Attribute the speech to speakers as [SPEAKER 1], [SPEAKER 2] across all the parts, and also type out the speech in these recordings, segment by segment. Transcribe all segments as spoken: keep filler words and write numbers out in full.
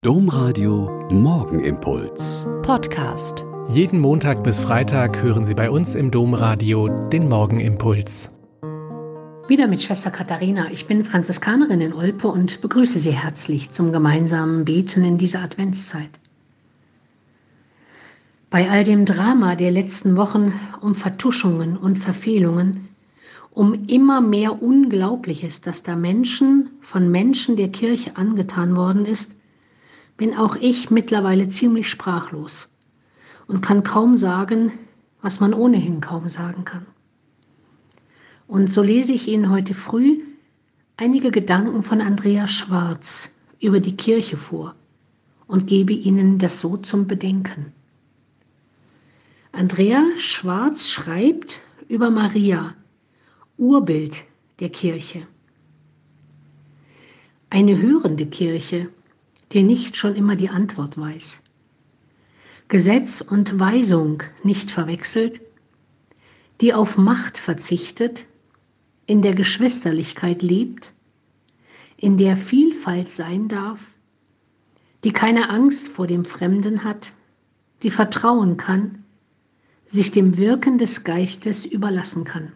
[SPEAKER 1] Domradio Morgenimpuls.
[SPEAKER 2] Podcast.
[SPEAKER 3] Jeden Montag bis Freitag hören Sie bei uns im Domradio den Morgenimpuls.
[SPEAKER 4] Wieder mit Schwester Katharina. Ich bin Franziskanerin in Olpe und begrüße Sie herzlich zum gemeinsamen Beten in dieser Adventszeit. Bei all dem Drama der letzten Wochen um Vertuschungen und Verfehlungen, um immer mehr Unglaubliches, das da Menschen von Menschen der Kirche angetan worden ist, bin auch ich mittlerweile ziemlich sprachlos und kann kaum sagen, was man ohnehin kaum sagen kann. Und so lese ich Ihnen heute früh einige Gedanken von Andrea Schwarz über die Kirche vor und gebe Ihnen das so zum Bedenken. Andrea Schwarz schreibt über Maria, Urbild der Kirche. Eine hörende Kirche, die nicht schon immer die Antwort weiß. Gesetz und Weisung nicht verwechselt, die auf Macht verzichtet, in der Geschwisterlichkeit lebt, in der Vielfalt sein darf, die keine Angst vor dem Fremden hat, die vertrauen kann, sich dem Wirken des Geistes überlassen kann.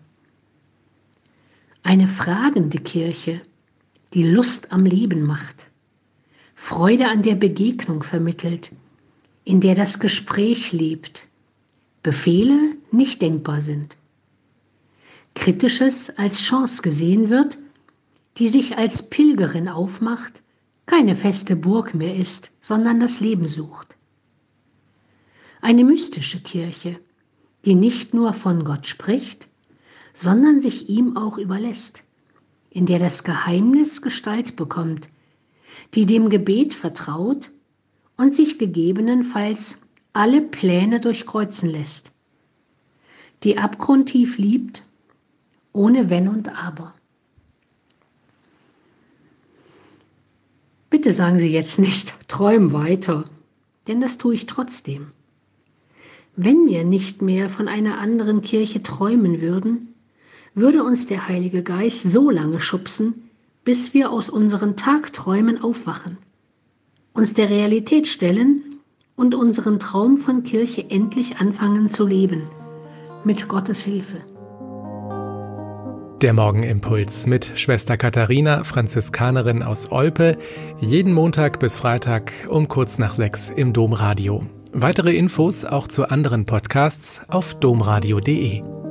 [SPEAKER 4] Eine fragende Kirche, die Lust am Leben macht, Freude an der Begegnung vermittelt, in der das Gespräch lebt, Befehle nicht denkbar sind. Kritisches als Chance gesehen wird, die sich als Pilgerin aufmacht, keine feste Burg mehr ist, sondern das Leben sucht. Eine mystische Kirche, die nicht nur von Gott spricht, sondern sich ihm auch überlässt, in der das Geheimnis Gestalt bekommt, die dem Gebet vertraut und sich gegebenenfalls alle Pläne durchkreuzen lässt, die abgrundtief liebt, ohne Wenn und Aber. Bitte sagen Sie jetzt nicht, träum weiter, denn das tue ich trotzdem. Wenn wir nicht mehr von einer anderen Kirche träumen würden, würde uns der Heilige Geist so lange schubsen, bis wir aus unseren Tagträumen aufwachen, uns der Realität stellen und unseren Traum von Kirche endlich anfangen zu leben, mit Gottes Hilfe.
[SPEAKER 3] Der Morgenimpuls mit Schwester Katharina, Franziskanerin aus Olpe, jeden Montag bis Freitag um kurz nach sechs im Domradio. Weitere Infos auch zu anderen Podcasts auf domradio punkt de.